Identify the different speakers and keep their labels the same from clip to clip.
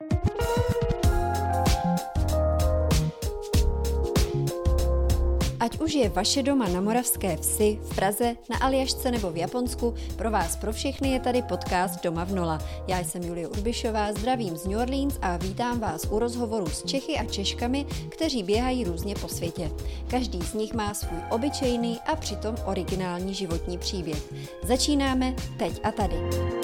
Speaker 1: Ať už je vaše doma na Moravské Vsi, v Praze, na Aljašce nebo v Japonsku, pro vás pro všechny je tady podcast Doma v Nola. Já jsem Julie Urbišová, zdravím z New Orleans a vítám vás u rozhovoru s Čechy a Češkami, kteří běhají různě po světě. Každý z nich má svůj obyčejný a přitom originální životní příběh. Začínáme teď a tady.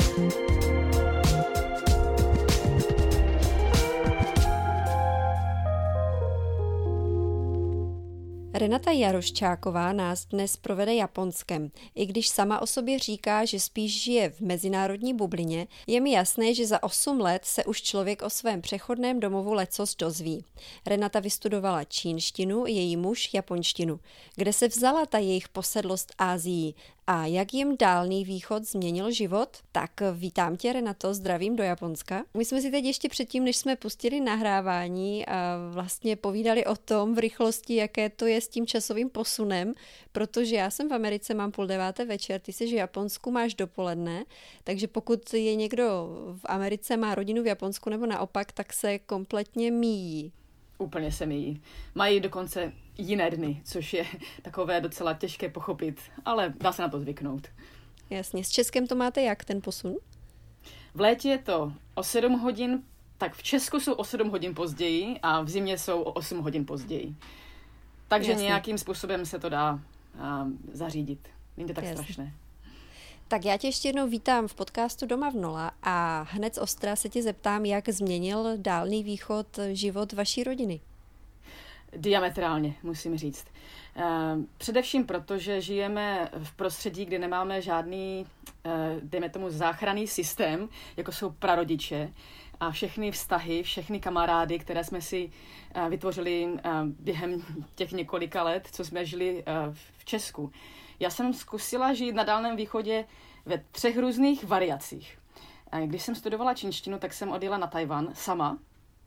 Speaker 1: Renata Jaroščáková nás dnes provede Japonskem. I když sama o sobě říká, že spíš žije v mezinárodní bublině, je mi jasné, že za 8 let se už člověk o svém přechodném domovu lecos dozví. Renata vystudovala čínštinu, její muž japonštinu. Kde se vzala ta jejich posedlost Asií a jak jim Dálný východ změnil život? Tak vítám tě, Renato, zdravím do Japonska. My jsme si teď ještě předtím, než jsme pustili nahrávání a vlastně povídali o tom v rychlosti, jaké to je s tím časovým posunem, protože já jsem v Americe, mám 8:30 večer, ty jsi v Japonsku, máš dopoledne, takže pokud je někdo v Americe, má rodinu v Japonsku nebo naopak, tak se kompletně míjí.
Speaker 2: Úplně se míjí. Mají dokonce jiné dny, což je takové docela těžké pochopit, ale dá se na to zvyknout.
Speaker 1: Jasně. S Českem to máte jak, ten posun?
Speaker 2: V létě je to o 7 hodin, tak v Česku jsou o 7 hodin později a v zimě jsou o 8 hodin později. Takže jasně, nějakým způsobem se to dá zařídit. Není to tak strašné.
Speaker 1: Tak já tě ještě jednou vítám v podcastu Doma v Nola a hned z ostra se tě zeptám, jak změnil Dálný východ život vaší rodiny.
Speaker 2: Diametrálně, musím říct. Především proto, že žijeme v prostředí, kde nemáme žádný, dejme tomu, záchranný systém, jako jsou prarodiče, a všechny vztahy, všechny kamarády, které jsme si vytvořili během těch několika let, co jsme žili v Česku. Já jsem zkusila žít na Dálném východě ve 3 různých variacích. Když jsem studovala čínštinu, tak jsem odjela na Tajvan sama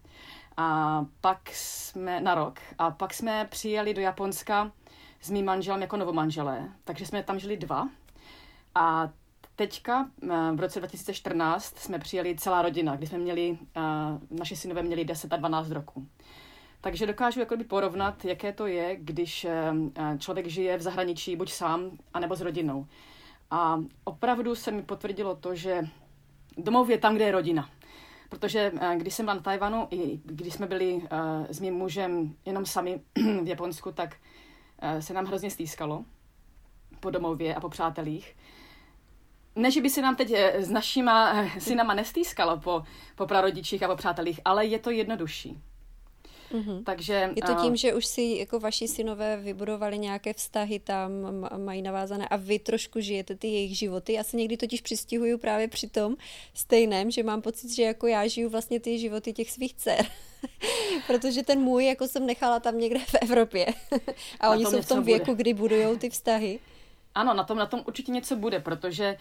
Speaker 2: a pak jsme na rok a pak jsme přijeli do Japonska s mým manželem jako novomanželé, takže jsme tam žili 2 a teďka v roce 2014 jsme přijeli celá rodina, kdy jsme měli, naši synové měli 10 a 12 roků. Takže dokážu jakoby porovnat, jaké to je, když člověk žije v zahraničí buď sám, anebo s rodinou. A opravdu se mi potvrdilo to, že domov je tam, kde je rodina. Protože když jsem byla na Tajvanu, i když jsme byli s mým mužem jenom sami v Japonsku, tak se nám hrozně stýskalo po domově a po přátelích. Ne, že by se nám teď s našima synama nestýskalo po prarodičích a po přátelích, ale je to jednodušší.
Speaker 1: Mm-hmm. Takže, je to tím, že už si jako vaši synové vybudovali nějaké vztahy tam, mají navázané a vy trošku žijete ty jejich životy. Já se někdy totiž přistihuju právě při tom stejném, že mám pocit, že jako já žiju vlastně ty životy těch svých dcer. Protože ten můj jako jsem nechala tam někde v Evropě. A oni jsou v tom věku, kdy budujou ty vztahy.
Speaker 2: Ano, na tom určitě něco bude, protože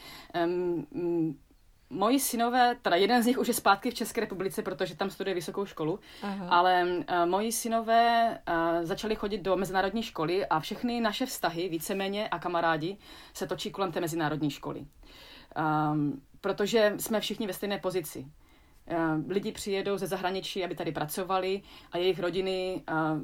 Speaker 2: moji synové, teda jeden z nich už je zpátky v České republice, protože tam studuje vysokou školu, ale moji synové začali chodit do mezinárodní školy a všechny naše vztahy, víceméně a kamarádi, se točí kolem té mezinárodní školy. Protože jsme všichni ve stejné pozici. Lidi přijedou ze zahraničí, aby tady pracovali a jejich rodiny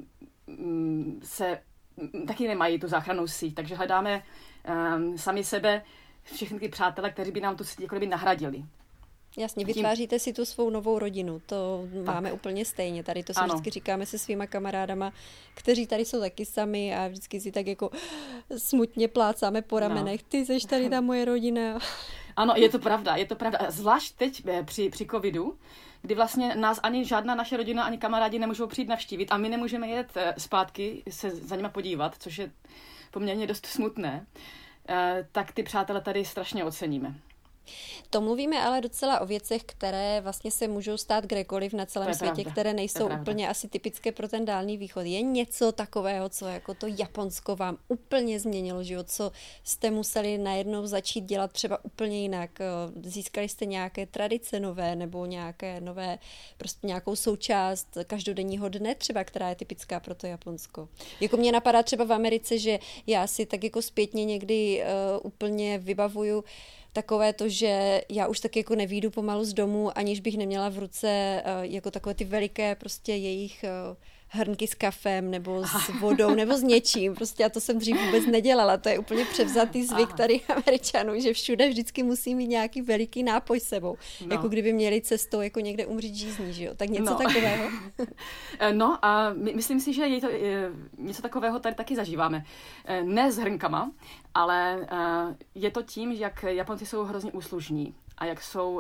Speaker 2: se taky nemají tu záchrannou síť, takže hledáme sami sebe, všechny ty přátelé, kteří by nám tu síť jako by nahradili.
Speaker 1: Jasně, vytváříte si tu svou novou rodinu, to máme úplně stejně. Tady to si vždycky říkáme se svýma kamarádama, kteří tady jsou taky sami a vždycky si tak jako smutně plácáme po ramenech. Ty seš tady ta moje rodina.
Speaker 2: Ano, je to pravda. Zvlášť teď při covidu, kdy vlastně nás ani žádná naše rodina, ani kamarádi nemůžou přijít navštívit a my nemůžeme jet zpátky se za nima podívat, což je poměrně dost smutné, tak ty přátelé tady strašně oceníme.
Speaker 1: To mluvíme ale docela o věcech, které vlastně se můžou stát kdekoliv na celém světě, které nejsou úplně asi typické pro ten Dálný východ. Je něco takového, co jako to Japonsko vám úplně změnilo život, co jste museli najednou začít dělat třeba úplně jinak? Získali jste nějaké tradice nové nebo nějaké nové, prostě nějakou součást každodenního dne třeba, která je typická pro to Japonsko? Jako mě napadá třeba v Americe, že já si tak jako zpětně někdy úplně vybavuju takové to, že já už tak jako nevyjdu pomalu z domu, aniž bych neměla v ruce jako takové ty veliké prostě jejich hrnky s kafem nebo s vodou nebo s něčím. Prostě a to jsem dřív vůbec nedělala. To je úplně převzatý zvyk tady Američanů, že všude vždycky musí mít nějaký veliký nápoj s sebou. No. Jako kdyby měli cestou jako někde umřít žízní, že jo? Tak něco takového.
Speaker 2: No a myslím si, že něco takového tady taky zažíváme. Ne s hrnkama, ale je to tím, jak Japonci jsou hrozně úslužní a jak jsou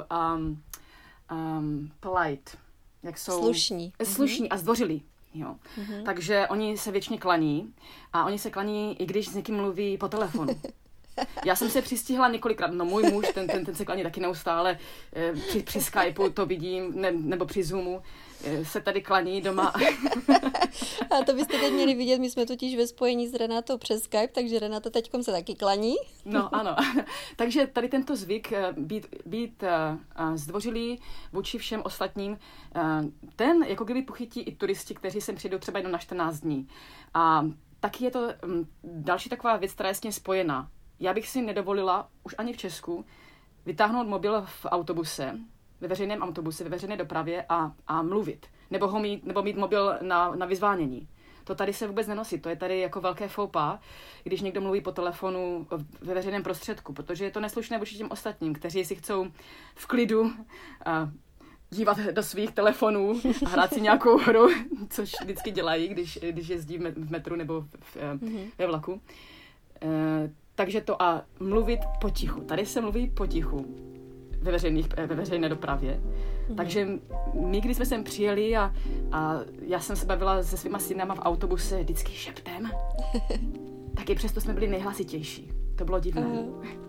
Speaker 2: polite. Jak jsou slušní a zdvořilí. Jo. Takže oni se věčně klaní a oni se klaní, i když s někým mluví po telefonu. Já jsem se přistihla několikrát, no můj muž, ten se klaní taky neustále, při Skypeu to vidím, nebo při Zoomu, se tady klaní doma.
Speaker 1: A to byste teď měli vidět, my jsme totiž ve spojení s Renatou přes Skype, takže Renata teďkom se taky klaní.
Speaker 2: No ano, takže tady tento zvyk být zdvořilý vůči všem ostatním, ten jako kdyby pochytí i turisti, kteří sem přijdou třeba jenom na 14 dní. A taky je to další taková věc, která je s tím spojená. Já bych si nedovolila, už ani v Česku, vytáhnout mobil v autobuse, ve veřejném autobuse, ve veřejné dopravě a mluvit. Nebo mít mobil na vyzvánění. To tady se vůbec nenosí. To je tady jako velké faux pas, když někdo mluví po telefonu ve veřejném prostředku, protože je to neslušné vůči těm ostatním, kteří si chcou v klidu dívat do svých telefonů a hrát si nějakou hru, což vždycky dělají, když jezdí v metru nebo ve vlaku. Takže to a mluvit potichu. Tady se mluví potichu ve veřejné dopravě. Takže my, když jsme sem přijeli a já jsem se bavila se svýma synama v autobuse vždycky šeptem, tak i přesto jsme byli nejhlasitější. To bylo divné.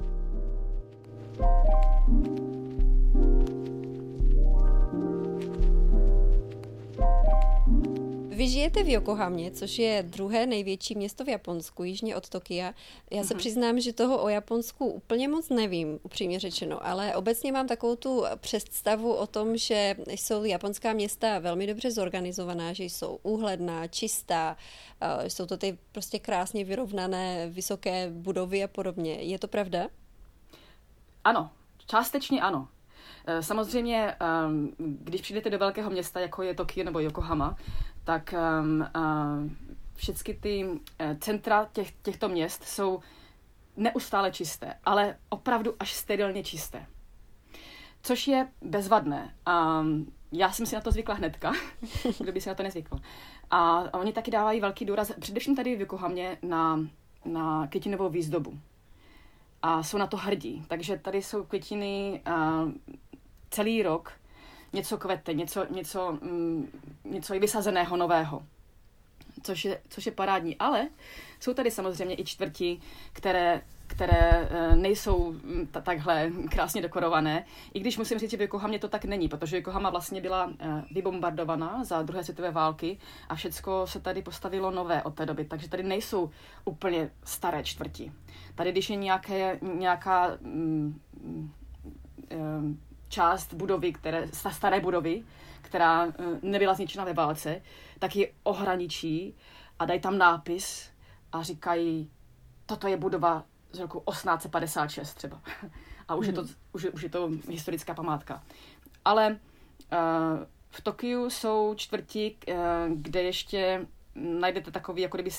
Speaker 1: Vy žijete v Yokohamě, což je druhé největší město v Japonsku, jižně od Tokia. Já se přiznám, že toho o Japonsku úplně moc nevím, upřímně řečeno, ale obecně mám takovou tu představu o tom, že jsou japonská města velmi dobře zorganizovaná, že jsou úhledná, čistá, jsou to ty prostě krásně vyrovnané, vysoké budovy a podobně. Je to pravda?
Speaker 2: Ano, částečně ano. Samozřejmě, když přijdete do velkého města, jako je Tokio nebo Yokohama, tak všechny ty centra těchto měst jsou neustále čisté, ale opravdu až sterilně čisté. Což je bezvadné. Já jsem si na to zvykla hnedka, kdo by si na to nezvykl. A oni taky dávají velký důraz, především tady v Yokohamě, na květinovou výzdobu. A jsou na to hrdí. Takže tady jsou květiny celý rok, něco kvete, něco je vysazeného nového, což je parádní. Ale jsou tady samozřejmě i čtvrti, které nejsou takhle krásně dekorované. I když musím říct, že v Yokohamě to tak není, protože Yokohama vlastně byla vybombardovaná za druhé světové války a všecko se tady postavilo nové od té doby. Takže tady nejsou úplně staré čtvrti. Tady, když je nějaká část budovy, staré budovy, která nebyla zničena ve válce, tak ji ohraničí a dají tam nápis a říkají, toto je budova z roku 1856 třeba. A už je to historická památka. Ale v Tokiu jsou čtvrti, kde ještě najdete takový jako kdyby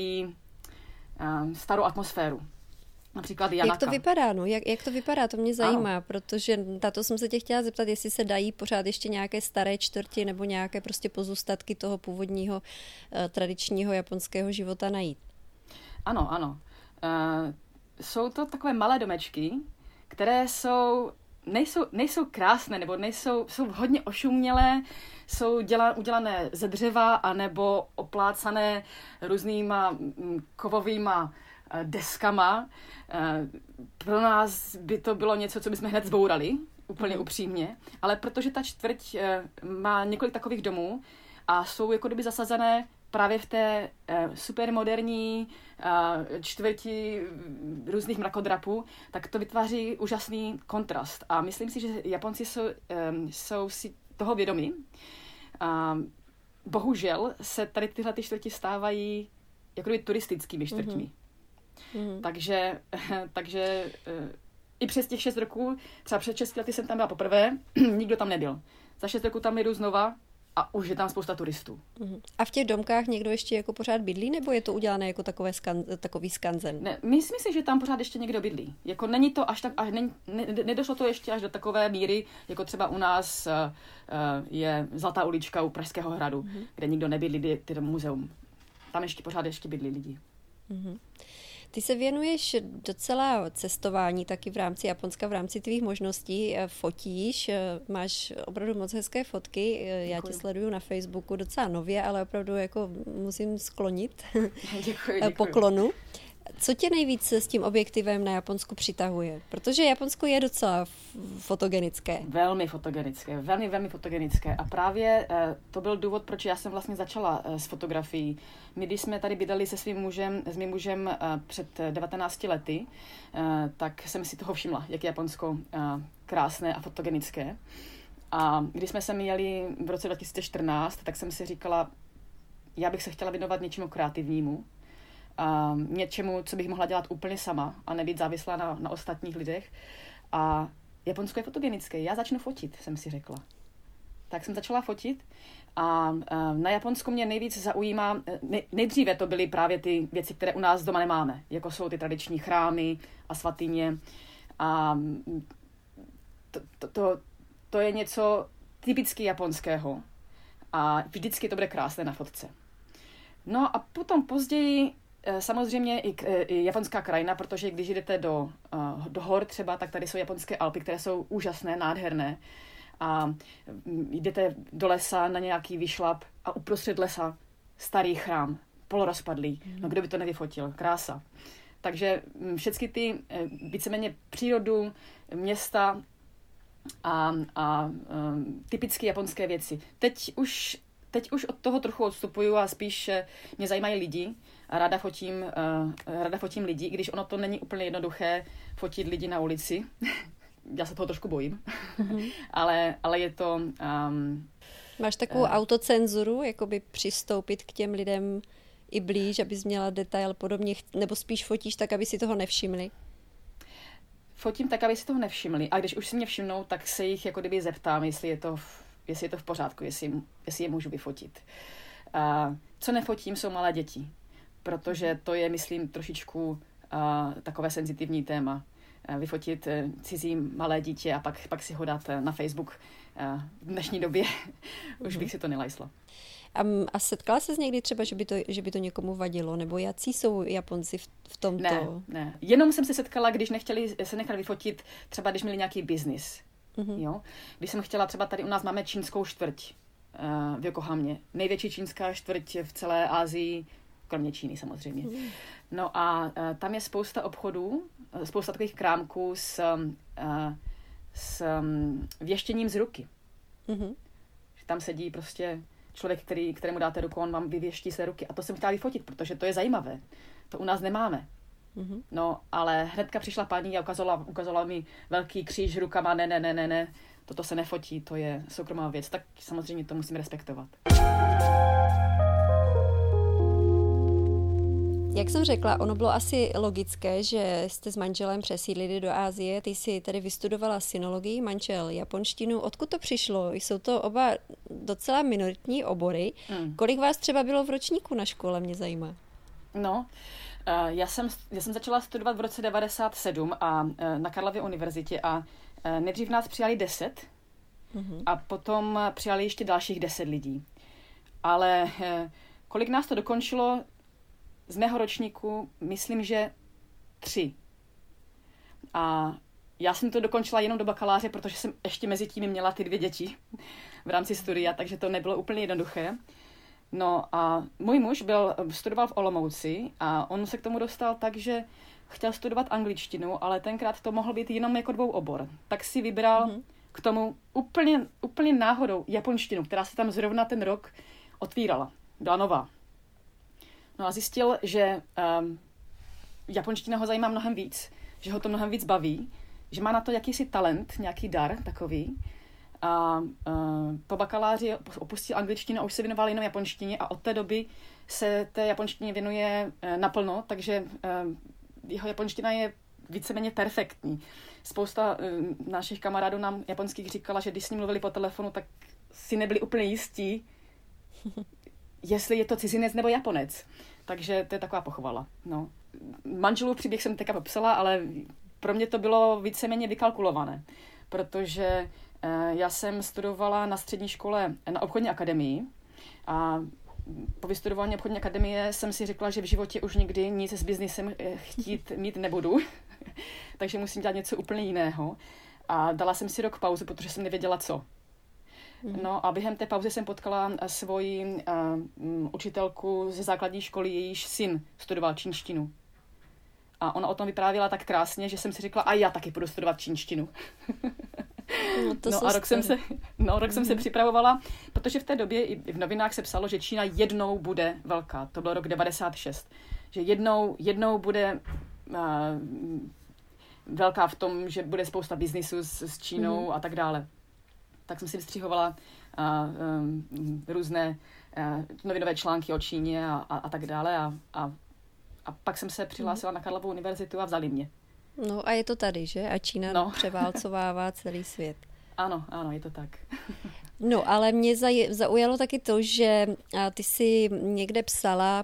Speaker 2: starou atmosféru. Například Janaka.
Speaker 1: Jak to vypadá? No? Jak to vypadá? To mě zajímá, ano. Protože tato jsem se tě chtěla zeptat, jestli se dají pořád ještě nějaké staré čtvrti nebo nějaké prostě pozůstatky toho původního tradičního japonského života najít.
Speaker 2: Ano. Jsou to takové malé domečky, které nejsou krásné, nebo jsou hodně ošumělé, jsou udělané ze dřeva, anebo oplácané různýma kovovýma deskama. Pro nás by to bylo něco, co bychom hned zbourali, úplně upřímně, ale protože ta čtvrť má několik takových domů a jsou jako kdyby zasazené právě v té supermoderní čtvrti různých mrakodrapů, tak to vytváří úžasný kontrast. A myslím si, že Japonci jsou si toho vědomí. Bohužel se tady tyhle ty čtvrti stávají jako kdyby turistickými čtvrtmi. Takže i přes těch 6 roků, třeba před 6 lety jsem tam byla poprvé, nikdo tam nebyl. Za 6 roků tam jedu znova a už je tam spousta turistů.
Speaker 1: A v těch domkách někdo ještě jako pořád bydlí, nebo je to udělané jako takový skanzen?
Speaker 2: Ne, myslím, že tam pořád ještě někdo bydlí. Jako není to až tak, nedošlo to ještě až do takové míry, jako třeba u nás je Zlatá ulička u Pražského hradu, kde nikdo nebydlí, kde je to muzeum. Tam pořád ještě bydlí lidi.
Speaker 1: Ty se věnuješ docela cestování taky v rámci Japonska, v rámci tvých možností, fotíš, máš opravdu moc hezké fotky, já tě sleduju na Facebooku docela nově, ale opravdu jako musím sklonit
Speaker 2: Děkuji.
Speaker 1: poklonu. Co tě nejvíc s tím objektivem na Japonsku přitahuje? Protože Japonsko je docela fotogenické.
Speaker 2: Velmi fotogenické, velmi fotogenické. A právě to byl důvod, proč já jsem vlastně začala s fotografií. My, když jsme tady bydleli s mým mužem před 19 lety, tak jsem si toho všimla, jak je Japonsko krásné a fotogenické. A když jsme sem jeli v roce 2014, tak jsem si říkala, já bych se chtěla věnovat něčemu kreativnímu, něčemu, co bych mohla dělat úplně sama a nebýt závislá na ostatních lidech. A Japonsko je fotogenické. Já začnu fotit, jsem si řekla. Tak jsem začala fotit a na Japonsku mě nejvíc zaujímá, nejdříve to byly právě ty věci, které u nás doma nemáme, jako jsou ty tradiční chrámy a svatyně. A to je něco typicky japonského a vždycky to bude krásné na fotce. No a potom později samozřejmě i japonská krajina, protože když jdete do hor třeba, tak tady jsou japonské Alpy, které jsou úžasné, nádherné. A jdete do lesa na nějaký výšlap a uprostřed lesa starý chrám, polorozpadlý. No kdo by to nevyfotil? Krása. Takže všechny ty víceméně přírodu, města a typické japonské věci. Teď už od toho trochu odstupuju a spíš mě zajímají lidi a ráda fotím lidi, i když ono to není úplně jednoduché fotit lidi na ulici. Já se toho trošku bojím, ale je to...
Speaker 1: Máš takovou autocenzuru, jakoby přistoupit k těm lidem i blíž, abys měla detail podobně, nebo spíš fotíš tak, aby si toho nevšimli?
Speaker 2: Fotím tak, aby si toho nevšimli. A když už si mě všimnou, tak se jich jako kdyby zeptám, jestli je to v pořádku, jestli je můžu vyfotit. Co nefotím, jsou malé děti, protože to je, myslím, trošičku takové senzitivní téma. Vyfotit cizí malé dítě a pak si ho dát na Facebook v dnešní době. Už bych si to nelajsla.
Speaker 1: A setkala ses někdy třeba, že by to někomu vadilo? Nebo jací jsou Japonci v tomto?
Speaker 2: Ne. Jenom jsem se setkala, když se nechali vyfotit, třeba když měli nějaký biznis. Jo? Když jsem chtěla, třeba tady u nás máme čínskou čtvrť v Yokohamě. Největší čínská čtvrť v celé Asii, kromě Číny samozřejmě. No a tam je spousta obchodů, spousta takových krámků s věštěním z ruky. Tam sedí prostě člověk, kterému dáte ruku, on vám vyvěští své ruky. A to jsem chtěla vyfotit, protože to je zajímavé. To u nás nemáme. No, ale hnedka přišla paní a ukazovala mi velký kříž rukama, ne, toto se nefotí, to je soukromá věc. Tak samozřejmě to musím respektovat.
Speaker 1: Jak jsem řekla, ono bylo asi logické, že jste s manželem přesídlili do Asie. Ty jsi tedy vystudovala sinologii, manžel japonštinu. Odkud to přišlo? Jsou to oba docela minoritní obory. Kolik vás třeba bylo v ročníku na škole, mě zajímá?
Speaker 2: No, já jsem začala studovat v roce 1997 na Karlově univerzitě a nejdřív nás přijali 10 a potom přijali ještě dalších 10 lidí. Ale kolik nás to dokončilo, z mého ročníku, myslím, že 3. A já jsem to dokončila jenom do bakaláře, protože jsem ještě mezi tím měla ty 2 děti v rámci studia, takže to nebylo úplně jednoduché. No a můj muž studoval v Olomouci a on se k tomu dostal tak, že chtěl studovat angličtinu, ale tenkrát to mohl být jenom jako 2 obor. Tak si vybral k tomu úplně náhodou japonštinu, která se tam zrovna ten rok otvírala. Byla nová. No a zjistil, že japonština ho zajímá mnohem víc, že ho to mnohem víc baví, že má na to jakýsi talent, nějaký dar takový. A po bakaláři opustil angličtinu a už se věnoval jenom japonštině a od té doby se té japonštině věnuje naplno, takže jeho japonština je víceméně perfektní. Spousta našich kamarádů nám japonských říkala, že když s ním mluvili po telefonu, tak si nebyli úplně jistí, jestli je to cizinec nebo Japonec. Takže to je taková pochvala. No. Manželův příběh jsem teďka popsala, ale pro mě to bylo víceméně vykalkulované, protože já jsem studovala na střední škole na obchodní akademii a po vystudování obchodní akademie jsem si řekla, že v životě už nikdy nic s biznisem chtít mít nebudu, takže musím dělat něco úplně jiného. A dala jsem si rok pauzu, protože jsem nevěděla co. No a během té pauzy jsem potkala svoji učitelku ze základní školy, jejíž syn studoval čínštinu. A ona o tom vyprávěla tak krásně, že jsem si řekla, a já taky půjdu studovat čínštinu. No a rok jsem se připravovala, protože v té době i v novinách se psalo, že Čína jednou bude velká. To byl rok 96. Že jednou bude velká v tom, že bude spousta biznisu s Čínou a tak dále. Tak jsem si vystřihovala různé novinové články o Číně a tak dále a pak jsem se přihlásila na Karlovu univerzitu a vzali mě.
Speaker 1: No a je to tady, že? A Čína převálcovává celý svět.
Speaker 2: Ano, je to tak.
Speaker 1: No, ale mě zaujalo taky to, že ty jsi někde psala,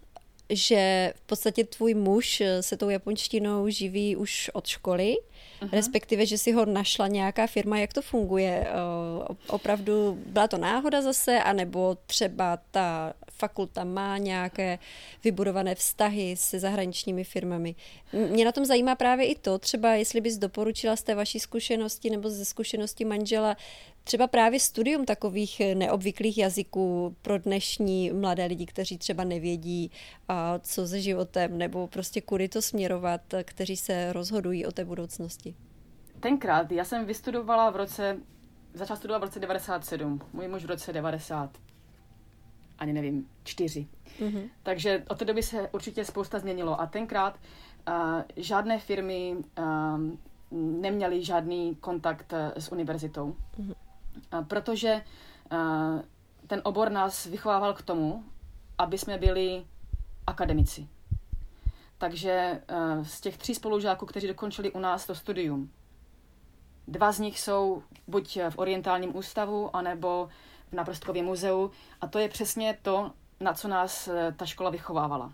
Speaker 1: že v podstatě tvůj muž se tou japonštinou živí už od školy, respektive, že si ho našla nějaká firma. Jak to funguje? Opravdu byla to náhoda zase, anebo třeba ta fakulta má nějaké vybudované vztahy se zahraničními firmami? Mě na tom zajímá právě i to, třeba jestli bys doporučila z té vaší zkušenosti nebo ze zkušenosti manžela třeba právě studium takových neobvyklých jazyků pro dnešní mladé lidi, kteří třeba nevědí, co se životem, nebo prostě kudy to směrovat, kteří se rozhodují o té budoucnosti.
Speaker 2: Tenkrát já jsem začala studovat v roce 97, můj muž v roce 90, ani nevím, 4. Takže od té doby se určitě spousta změnilo a tenkrát žádné firmy neměly žádný kontakt s univerzitou. Protože ten obor nás vychovával k tomu, aby jsme byli akademici. Takže z těch 3 spolužáků, kteří dokončili u nás to studium, 2 z nich jsou buď v Orientálním ústavu, anebo v Naprostkově muzeu. A to je přesně to, na co nás ta škola vychovávala.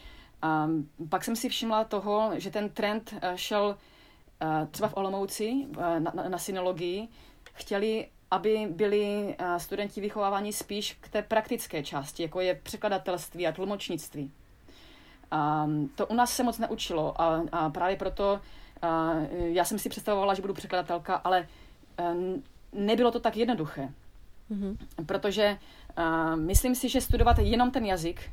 Speaker 2: Pak jsem si všimla toho, že ten trend šel třeba v Olomouci na sinologii. Chtěli, aby byli studenti vychováváni spíš k té praktické části, jako je překladatelství a tlumočnictví. To u nás se moc neučilo a právě proto já jsem si představovala, že budu překladatelka, ale nebylo to tak jednoduché. Protože myslím si, že studovat jenom ten jazyk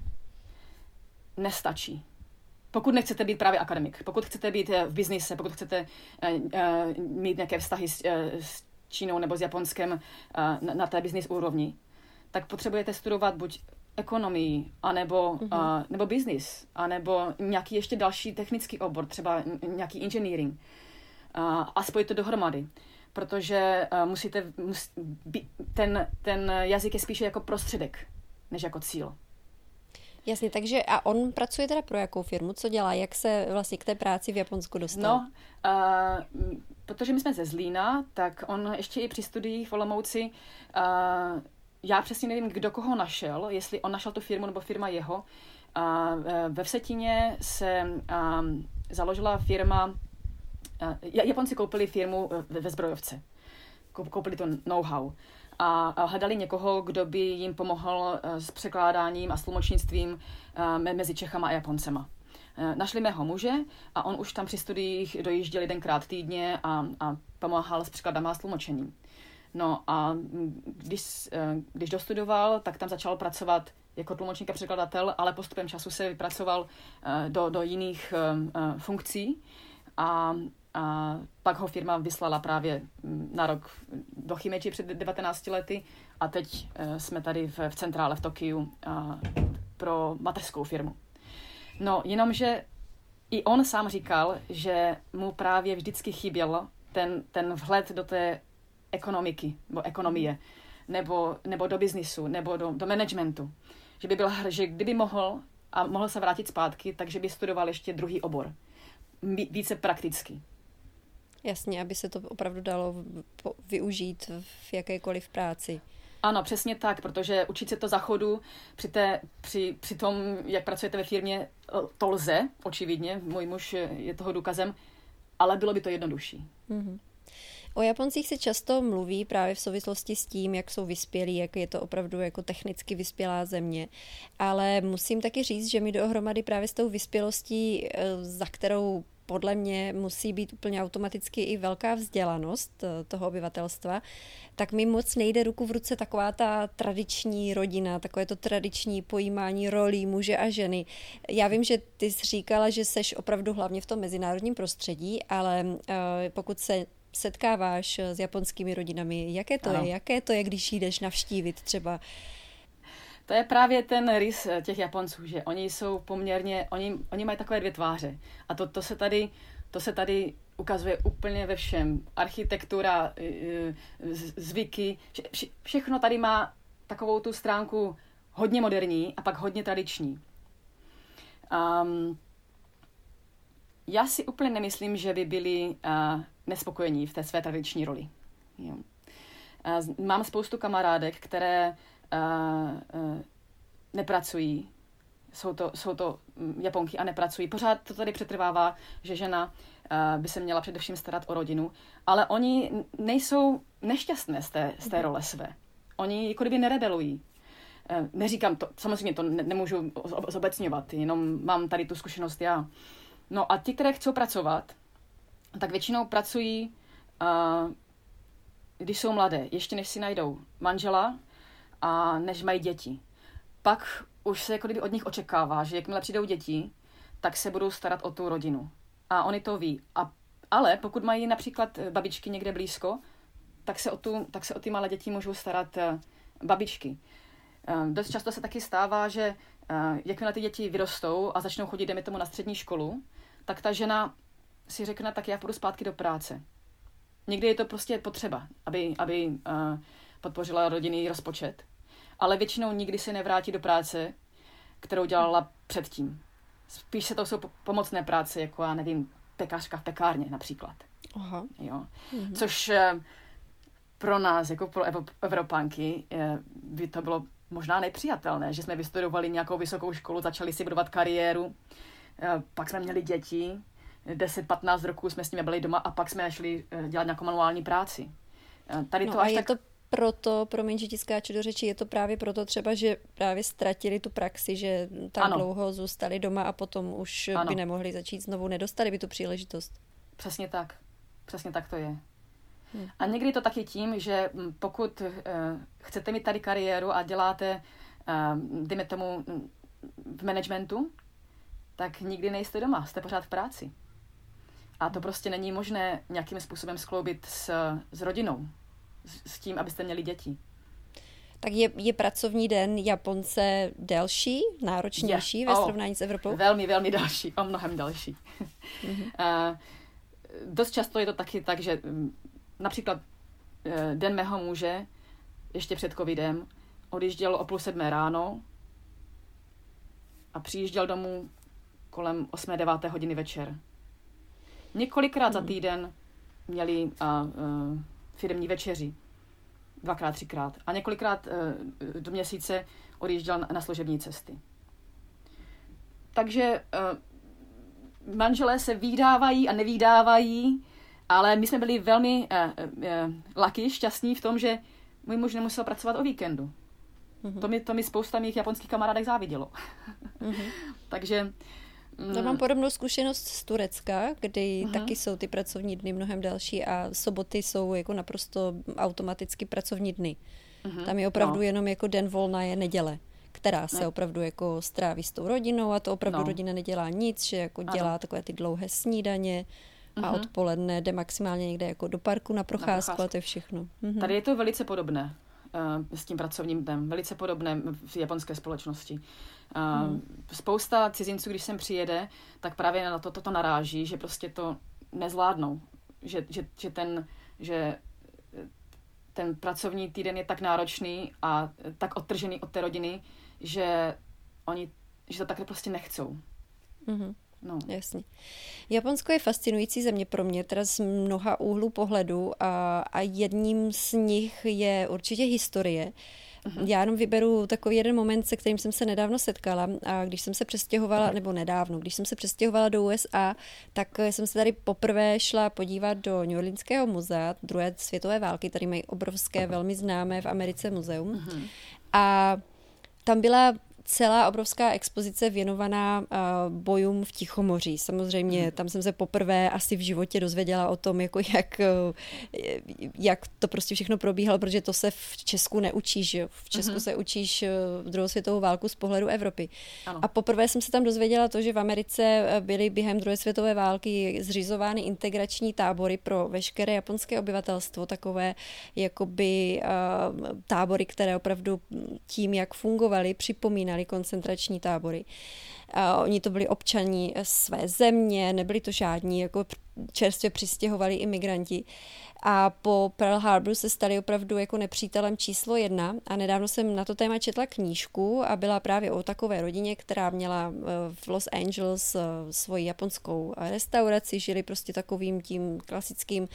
Speaker 2: nestačí. Pokud nechcete být právě akademik, pokud chcete být v biznise, pokud chcete mít nějaké vztahy s Čínou nebo s Japonskem na té business úrovni, tak potřebujete studovat buď ekonomii, nebo business, anebo nějaký ještě další technický obor, třeba nějaký engineering. A spojit to dohromady. Protože ten jazyk je spíše jako prostředek, než jako cíl.
Speaker 1: Jasně, takže a on pracuje teda pro jakou firmu? Co dělá? Jak se vlastně k té práci v Japonsku dostal?
Speaker 2: No, protože my jsme ze Zlína, tak on ještě i při studiích v Olomouci, já přesně nevím, kdo koho našel, jestli on našel tu firmu nebo firma jeho. Ve Vsetíně se založila firma, Japonci koupili firmu ve zbrojovce. Koupili to know-how. A hledali někoho, kdo by jim pomohl s překládáním a s tlumočnictvím mezi Čechama a Japoncema. Našli mého muže a on už tam při studiích dojížděl 1krát týdně a pomáhal s překladama a s tlumočením. No a když dostudoval, tak tam začal pracovat jako tlumočník a překladatel, ale postupem času se vypracoval do jiných funkcí a pak ho firma vyslala právě na rok do Chimeji před 19 lety a teď jsme tady v centrále v Tokiu pro mateřskou firmu. No, jenomže i on sám říkal, že mu právě vždycky chyběl ten vhled do té ekonomiky, nebo ekonomie, nebo do biznisu, nebo do managementu. Že kdyby mohl se vrátit zpátky, takže by studoval ještě druhý obor. více prakticky.
Speaker 1: Jasně, aby se to opravdu dalo využít v jakékoliv práci.
Speaker 2: Ano, přesně tak, protože učit se to za chodu při tom, jak pracujete ve firmě, to lze, očividně, můj muž je toho důkazem, ale bylo by to jednodušší.
Speaker 1: Mm-hmm. O Japoncích se často mluví právě v souvislosti s tím, jak jsou vyspělí, jak je to opravdu jako technicky vyspělá země. Ale musím taky říct, že mi dohromady právě s tou vyspělostí, za kterou podle mě musí být úplně automaticky i velká vzdělanost toho obyvatelstva, tak mi moc nejde ruku v ruce taková ta tradiční rodina, takové to tradiční pojímání rolí muže a ženy. Já vím, že ty jsi říkala, že seš opravdu hlavně v tom mezinárodním prostředí, ale pokud se setkáváš s japonskými rodinami, jaké to je, když jdeš navštívit třeba?
Speaker 2: To je právě ten rys těch Japonců, že oni jsou poměrně, oni mají takové dvě tváře. A to se tady ukazuje úplně ve všem. Architektura, zvyky, všechno tady má takovou tu stránku hodně moderní a pak hodně tradiční. Já si úplně nemyslím, že by byli nespokojení v té své tradiční roli. Jo. Mám spoustu kamarádek, které nepracují. Jsou to Japonky a nepracují. Pořád to tady přetrvává, že žena by se měla především starat o rodinu, ale oni nejsou nešťastné z té role své. Oni jako kdyby nerebelují. Neříkám to, samozřejmě to nemůžu zobecňovat, jenom mám tady tu zkušenost já. No a ti, které chcou pracovat, tak většinou pracují, když jsou mladé, ještě než si najdou manžela a než mají děti. Pak už se jako kdyby od nich očekává, že jakmile přijdou děti, tak se budou starat o tu rodinu. A oni to ví. Ale pokud mají například babičky někde blízko, tak se o ty malé děti můžou starat babičky. Dost často se taky stává, že jakmile ty děti vyrostou a začnou chodit, dejme tomu, na střední školu, tak ta žena si řekne, tak já půjdu zpátky do práce. Někdy je to prostě potřeba, aby podpořila rodinný rozpočet. Ale většinou nikdy se nevrátí do práce, kterou dělala předtím. Spíš se to jsou pomocné práce, jako já nevím, pekařka v pekárně například.
Speaker 1: Aha.
Speaker 2: Jo. Mm-hmm. Což pro nás, jako pro Evropanky, by to bylo možná nepřijatelné, že jsme vystudovali nějakou vysokou školu, začali si budovat kariéru, pak jsme měli děti, 10-15 roků jsme s nimi byli doma a pak jsme šli dělat nějakou manuální práci. Tady to až
Speaker 1: je to proto, promiň, že ti skáču do řeči, je to právě proto třeba, že právě ztratili tu praxi, že tak dlouho zůstali doma a potom už by nemohli začít znovu, nedostali by tu příležitost.
Speaker 2: Přesně tak to je. A někdy to taky tím, že pokud chcete mít tady kariéru a děláte, dejme tomu, v managementu, tak nikdy nejste doma, jste pořád v práci. A to prostě není možné nějakým způsobem skloubit s rodinou, s tím, abyste měli děti.
Speaker 1: Tak je pracovní den Japonce delší, náročnější ve srovnání s Evropou?
Speaker 2: Velmi, velmi další, o mnohem další. Dost často je to taky tak, že například den mého muže, ještě před covidem, odjížděl o 6:30 ráno a přijížděl domů kolem 8-9 hodiny večer. Několikrát za týden měli firemní večeři. 2x, 3x. A několikrát do měsíce odjížděl na služební cesty. Takže manželé se vídávají a nevídávají, ale my jsme byli velmi lucky, šťastní v tom, že můj muž nemusel pracovat o víkendu. Mm-hmm. To mi spousta mých japonských kamarádek závidělo. Mm-hmm. Takže
Speaker 1: já mám podobnou zkušenost z Turecka, kdy taky jsou ty pracovní dny mnohem další a soboty jsou jako naprosto automaticky pracovní dny. Tam je opravdu jenom jako den volna je neděle, která se opravdu jako stráví s tou rodinou a to opravdu rodina nedělá nic, že jako dělá takové ty dlouhé snídaně a odpoledne jde maximálně někde jako do parku na procházku a to je všechno.
Speaker 2: Tady je to velice podobné s tím pracovním dnem, velice podobné v japonské společnosti. Spousta cizinců, když sem přijede, tak právě na toto naráží, že prostě to nezvládnou. Že ten pracovní týden je tak náročný a tak odtržený od té rodiny, že to takhle prostě nechcou. No.
Speaker 1: Jasně. Japonsko je fascinující země pro mě, teda z mnoha úhlů pohledu a jedním z nich je určitě historie. Já jenom vyberu takový jeden moment, se kterým jsem se nedávno setkala a když jsem se přestěhovala, nebo nedávno, když jsem se přestěhovala do USA, tak jsem se tady poprvé šla podívat do New Orleanského muzea druhé světové války, tady mají obrovské, velmi známé v Americe muzeum. A tam byla celá obrovská expozice věnovaná bojům v Tichomoří. Samozřejmě tam jsem se poprvé asi v životě dozvěděla o tom, jako jak to prostě všechno probíhalo, protože to se v Česku neučíš. V Česku se učíš druhou světovou válku z pohledu Evropy.
Speaker 2: Ano.
Speaker 1: A poprvé jsem se tam dozvěděla to, že v Americe byly během druhé světové války zřizovány integrační tábory pro veškeré japonské obyvatelstvo, takové jakoby tábory, které opravdu tím, jak fungovaly, připomínaly koncentrační tábory. Oni to byli občaní své země, nebyli to žádní jako čerstvě přistěhovalí imigranti. A po Pearl Harboru se stali opravdu jako nepřítelem číslo 1 a nedávno jsem na to téma četla knížku a byla právě o takové rodině, která měla v Los Angeles svoji japonskou restauraci, žili prostě takovým tím klasickým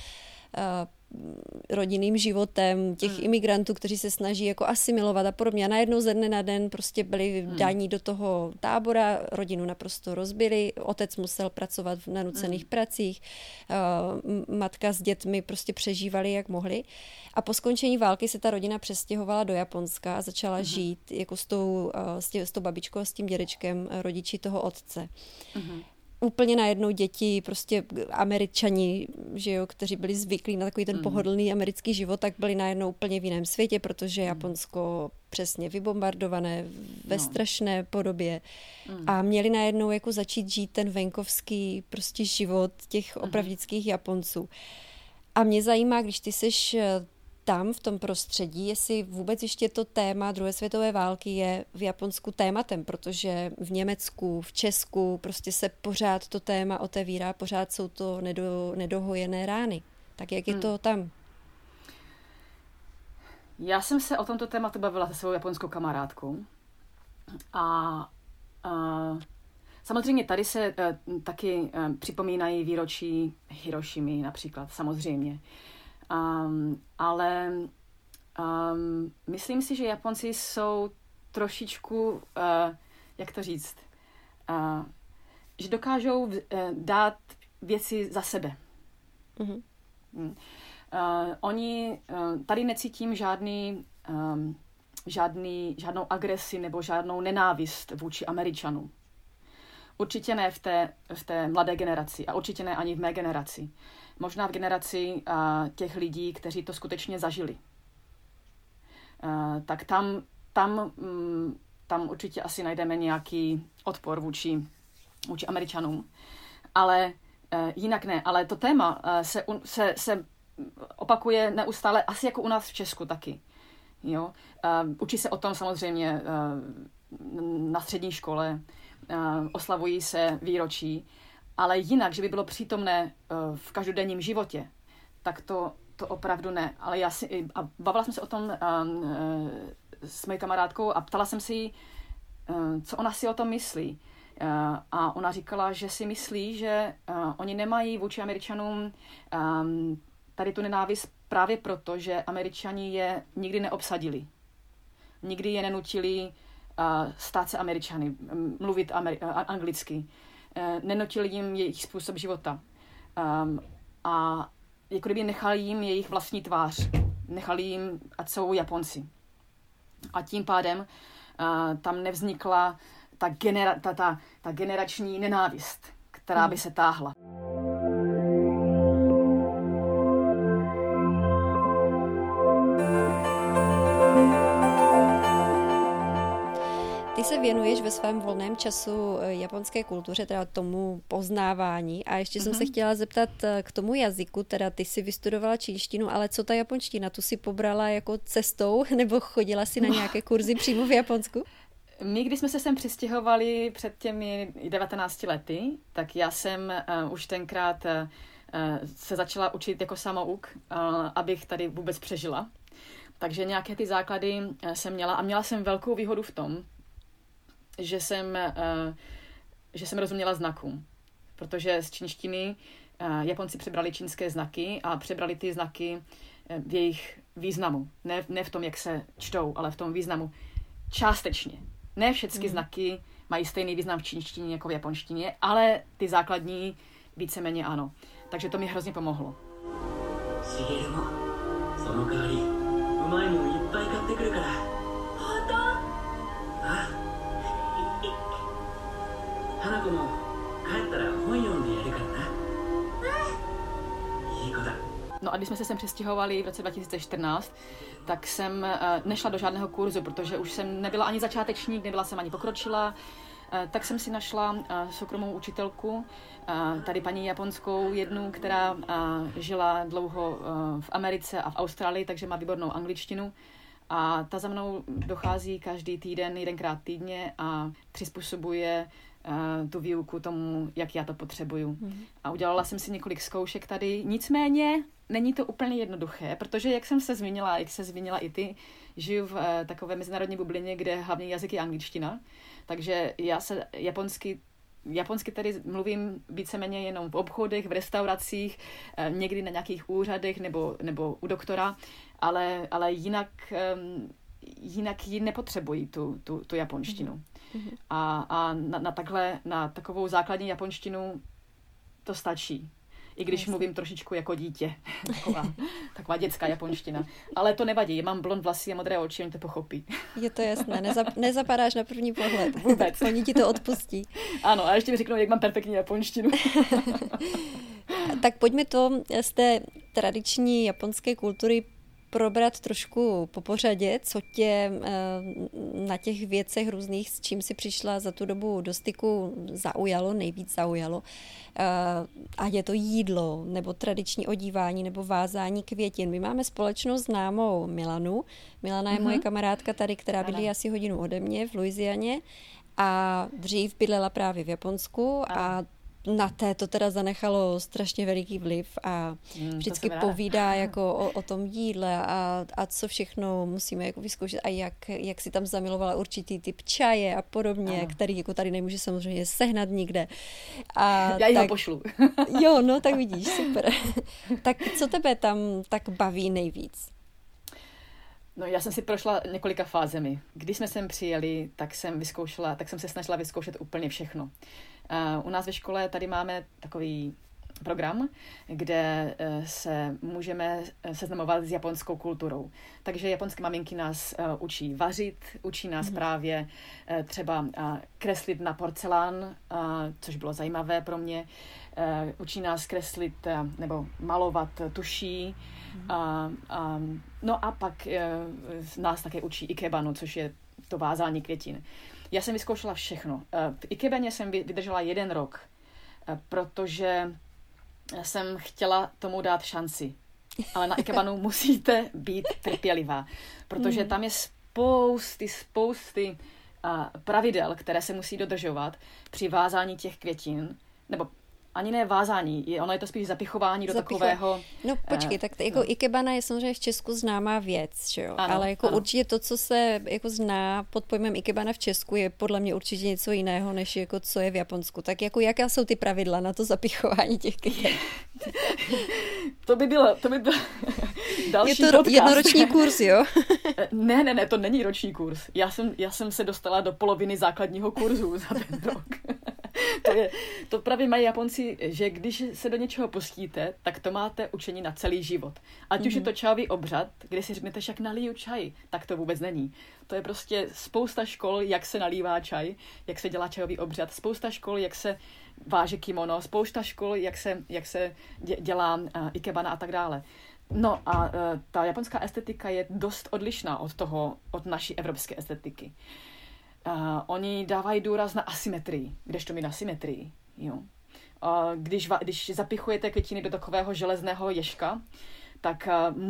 Speaker 1: rodinným životem těch imigrantů, kteří se snaží jako asimilovat a podobně. A najednou ze dne na den prostě byli dáni do toho tábora, rodinu naprosto rozbili, otec musel pracovat v nanucených pracích, matka s dětmi prostě přežívali, jak mohli. A po skončení války se ta rodina přestěhovala do Japonska a začala žít jako s tou babičkou a s tím dědečkem, rodiči toho otce. Úplně najednou děti, prostě Američani, že jo, kteří byli zvyklí na takový ten pohodlný americký život, tak byli najednou úplně v jiném světě, protože Japonsko přesně vybombardované ve strašné podobě a měli najednou jako začít žít ten venkovský prostě život těch opravdických Japonců. A mě zajímá, když ty seš tam v tom prostředí, jestli vůbec ještě to téma druhé světové války je v Japonsku tématem, protože v Německu, v Česku prostě se pořád to téma otevírá, pořád jsou to nedohojené rány. Tak jak je to tam?
Speaker 2: Já jsem se o tomto tématu bavila se svou japonskou kamarádkou a samozřejmě tady se taky připomínají výročí Hirošimy například, samozřejmě. Ale myslím si, že Japonci jsou trošičku, jak to říct, že dokážou dát věci za sebe. Oni tady necítím žádnou agresi nebo žádnou nenávist vůči Američanům. Určitě ne v té mladé generaci a určitě ne ani v mé generaci. Možná v generaci těch lidí, kteří to skutečně zažili. Tak tam určitě asi najdeme nějaký odpor vůči Američanům. Ale jinak ne. Ale to téma se opakuje neustále, asi jako u nás v Česku taky. Jo? Učí se o tom samozřejmě na střední škole, oslavují se výročí, ale jinak, že by bylo přítomné v každodenním životě, tak to opravdu ne. Ale bavila jsem se o tom s mojí kamarádkou a ptala jsem si ji, co ona si o tom myslí. A ona říkala, že si myslí, že oni nemají vůči Američanům tady tu nenávist právě proto, že Američani je nikdy neobsadili. Nikdy je nenutili stát se Američany, mluvit anglicky. Nenutili jim jejich způsob života. A jako kdyby nechali jim jejich vlastní tvář. Nechali jim, ať jsou Japonci. A tím pádem tam nevznikla ta generační nenávist, která by se táhla.
Speaker 1: Ty se věnuješ ve svém volném času japonské kultuře, teda tomu poznávání a ještě jsem se chtěla zeptat k tomu jazyku, teda ty si vystudovala čínštinu, ale co ta japonština, tu si pobrala jako cestou nebo chodila si na nějaké kurzy přímo v Japonsku?
Speaker 2: My, když jsme se sem přistěhovali před těmi 19 lety, tak já jsem už tenkrát se začala učit jako samouk, abych tady vůbec přežila. Takže nějaké ty základy jsem měla a měla jsem velkou výhodu v tom, že jsem rozuměla znakům. protože z čínštiny Japonci přebrali čínské znaky a přebrali ty znaky v jejich významu. Ne v tom, jak se čtou, ale v tom významu částečně. Ne všechny znaky mají stejný význam v čínštině jako v japonštině, ale ty základní víceméně ano. Takže to mi hrozně pomohlo. No a když jsme se sem přestěhovali v roce 2014, tak jsem nešla do žádného kurzu, protože už jsem nebyla ani začátečník, nebyla jsem ani pokročilá, tak jsem si našla soukromou učitelku, tady paní japonskou jednu, která žila dlouho v Americe a v Austrálii, takže má výbornou angličtinu. A ta za mnou dochází každý týden, 1krát týdně a přizpůsobuje tu výuku tomu, jak já to potřebuju. A udělala jsem si několik zkoušek tady, nicméně není to úplně jednoduché, protože jak se zmínila i ty, žiju v takové mezinárodní bublině, kde hlavní jazyk je angličtina, takže já se japonsky tady mluvím víceméně jenom v obchodech, v restauracích, někdy na nějakých úřadech nebo u doktora, ale jinak ji nepotřebují tu japonštinu. A na takovou základní japonštinu to stačí. I když mluvím trošičku jako dítě. Taková dětská japonština. Ale to nevadí. Mám blond vlasy a modré oči, oni to pochopí.
Speaker 1: Je to jasné. Nezapadáš na první pohled. Vůbec. Oni ti to odpustí.
Speaker 2: Ano, a ještě mi řeknou, jak mám perfektní japonštinu.
Speaker 1: Tak pojďme to z té tradiční japonské kultury probrat trošku po pořadě, co tě na těch věcech různých, s čím si přišla za tu dobu do styku nejvíc zaujalo. Ať je to jídlo, nebo tradiční odívání, nebo vázání květin. My máme společnou známou Milanu. Milana je moje kamarádka tady, která bydlí asi hodinu ode mě v Louisianě a dřív bydlela právě v Japonsku a na té to teda zanechalo strašně veliký vliv a vždycky povídá jako o tom jídle a co všechno musíme jako vyzkoušet a jak si tam zamilovala určitý typ čaje a podobně, ano. Který jako tady nemůže samozřejmě sehnat nikde.
Speaker 2: Já ji ho pošlu.
Speaker 1: Jo, no tak vidíš, super. Tak co tebe tam tak baví nejvíc?
Speaker 2: No, já jsem si prošla několika fázemi. Když jsme sem přijeli, tak jsem se snažila vyzkoušet úplně všechno. U nás ve škole tady máme takový program, kde se můžeme seznamovat s japonskou kulturou. Takže japonské maminky nás učí vařit, učí nás právě třeba kreslit na porcelán, což bylo zajímavé pro mě. Učí nás kreslit nebo malovat tuší. No a pak nás také učí ikebanu, což je to vázání květin. Já jsem vyzkoušela všechno. V ikebaně jsem vydržela 1 rok, protože jsem chtěla tomu dát šanci. Ale na ikebanu musíte být trpělivá, protože tam je spousty pravidel, které se musí dodržovat při vázání těch květin, nebo ani ne vázání, ono je to spíš zapichování do takového...
Speaker 1: No počkej, tak jako ikebana je samozřejmě v Česku známá věc, že jo? Ano, ale jako určitě to, co se jako zná pod pojmem ikebana v Česku, je podle mě určitě něco jiného, než jako co je v Japonsku. Tak jako jaká jsou ty pravidla na to zapichování těch květin?
Speaker 2: To by bylo další
Speaker 1: je to jednoroční kurz, jo?
Speaker 2: Ne, to není roční kurz. Já jsem se dostala do poloviny základního kurzu za ten rok. To právě mají Japonci, že když se do něčeho pustíte, tak to máte učení na celý život. Ať už je to čajový obřad, kde si řeknete, jak naliju čaj, tak to vůbec není. To je prostě spousta škol, jak se nalívá čaj, jak se dělá čajový obřad, spousta škol, jak se váže kimono, spousta škol, jak se dělá ikebana a tak dále. No a ta japonská estetika je dost odlišná od naší evropské estetiky. Oni dávají důraz na asymetrii, kdežto my na symetrii. Jo. Když zapichujete květiny do takového železného ježka, tak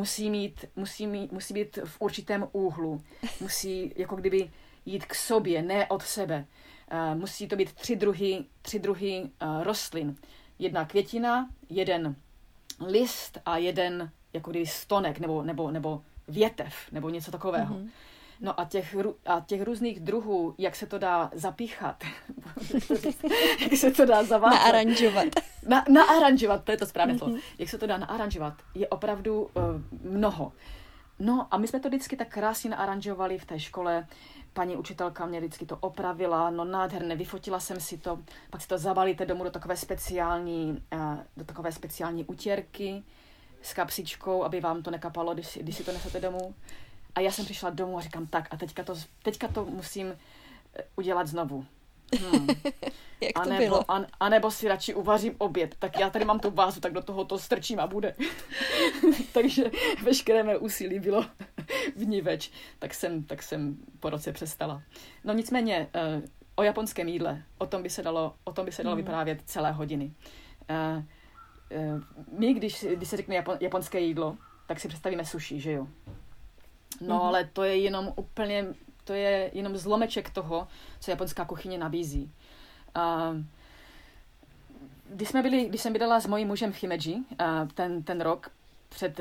Speaker 2: musí být v určitém úhlu. Musí jako kdyby jít k sobě, ne od sebe. Musí to být 3 druhy rostlin. 1 květina, 1 list a 1 jako kdyby stonek nebo větev, nebo něco takového. No a těch různých druhů, jak se to dá zapíchat, jak se to dá zavázat.
Speaker 1: Naaranžovat.
Speaker 2: Naaranžovat, to je to správné slovo. Jak se to dá naaranžovat, je opravdu mnoho. No a my jsme to vždycky tak krásně naaranžovali v té škole. Paní učitelka mě vždycky to opravila, no nádherně, vyfotila jsem si to, pak si to zabalíte domů do takové speciální utěrky s kapsičkou, aby vám to nekapalo, když si to nesete domů. A já jsem přišla domů a říkám, tak a teďka to musím udělat znovu.
Speaker 1: Jak to bylo?
Speaker 2: A nebo si radši uvařím oběd. Tak já tady mám tu vázu, tak do toho to strčím a bude. Takže veškeré mé úsilí bylo vniveč. Tak jsem po roce přestala. No nicméně o japonském jídle, o tom by se dalo vyprávět celé hodiny. My, když se řekne japonské jídlo, tak si představíme sushi, že jo? No ale to je jenom zlomeček toho, co japonská kuchyně nabízí. Když jsem bydlela s mojím mužem v Himeji ten rok před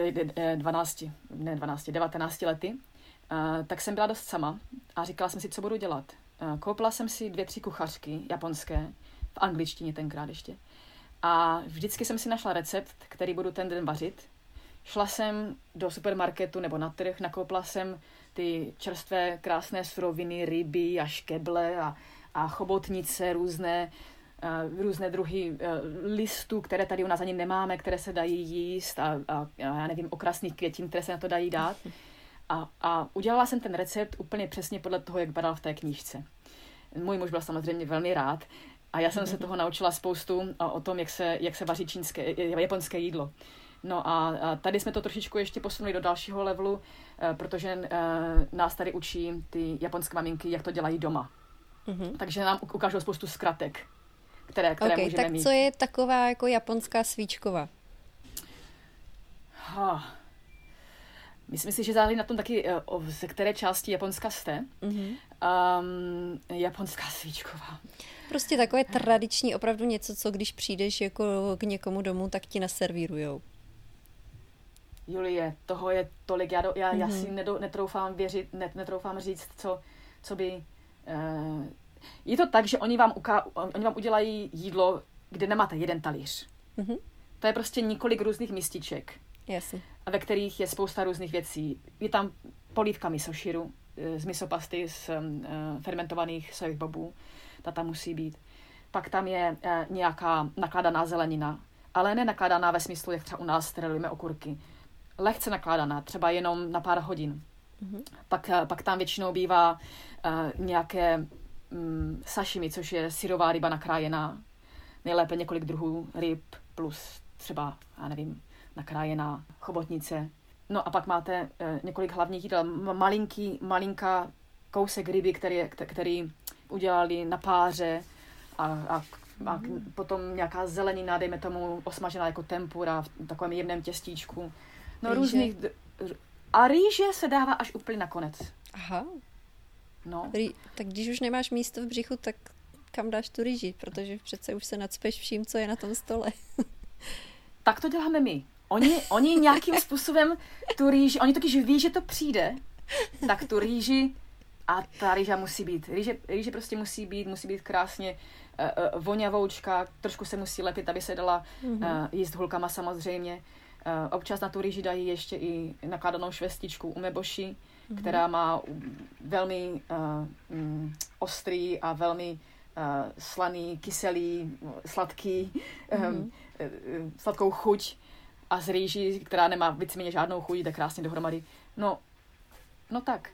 Speaker 2: 19 lety, tak jsem byla dost sama a říkala jsem si, co budu dělat. Koupila jsem si 2-3 kuchařky japonské, v angličtině tenkrát ještě. A vždycky jsem si našla recept, který budu ten den vařit. Šla jsem do supermarketu nebo na trh, nakoupila jsem ty čerstvé krásné suroviny, ryby a škeble a chobotnice, různé druhy listů, které tady u nás ani nemáme, které se dají jíst a já nevím, okrasných květin, které se na to dají dát. A udělala jsem ten recept úplně přesně podle toho, jak vypadal v té knížce. Můj muž byl samozřejmě velmi rád a já jsem se toho naučila spoustu o tom, jak se vaří japonské jídlo. No a tady jsme to trošičku ještě posunuli do dalšího levelu, protože nás tady učí ty japonské maminky, jak to dělají doma. Takže nám ukážou spoustu zkratek, které můžeme mít.
Speaker 1: Tak co je taková jako japonská svíčková?
Speaker 2: Myslím si, že záleží na tom taky, ze které části Japonska jste. Japonská svíčková.
Speaker 1: Prostě takové tradiční, opravdu něco, co když přijdeš jako k někomu domů, tak ti naservírujou.
Speaker 2: Julie, toho je tolik. Já si netroufám říct, co by... Je to tak, že oni vám udělají jídlo, kde nemáte jeden talíř. To je prostě několik různých mističek.
Speaker 1: Jasně.
Speaker 2: A ve kterých je spousta různých věcí. Je tam polívka misoshiru z misopasty z fermentovaných sojových bobů. Ta tam musí být. Pak tam je nějaká nakládaná zelenina, ale ne nakládaná ve smyslu, jak třeba u nás sterilujeme okurky. Lehce nakládaná, třeba jenom na pár hodin. Pak tam většinou bývá nějaké sashimi, což je syrová ryba nakrájená. Nejlépe několik druhů ryb plus třeba, já nevím, nakrájená chobotnice. No a pak máte několik hlavních jídel. Malinká kousek ryby, který udělali na páře a potom nějaká zelenina, dejme tomu osmažená jako tempura v takovém jemném těstíčku. No různých... A rýže se dává až úplně nakonec.
Speaker 1: Aha.
Speaker 2: No.
Speaker 1: Tak když už nemáš místo v břichu, tak kam dáš tu rýži? Protože přece už se nacpeš vším, co je na tom stole.
Speaker 2: Tak to děláme my. Oni nějakým způsobem tu rýži, oni totiž ví, že to přijde, tak tu rýži a ta rýža musí být. Rýže prostě musí být krásně vonavoučka, trošku se musí lepit, aby se dala jíst hulkama samozřejmě. Občas na tu rýži dají ještě i nakládanou švestičku umeboshi, která má velmi ostrý a velmi slaný, kyselý, sladký, sladkou chuť a z rýži, která nemá víceméně žádnou chuť, jde krásně dohromady. No tak.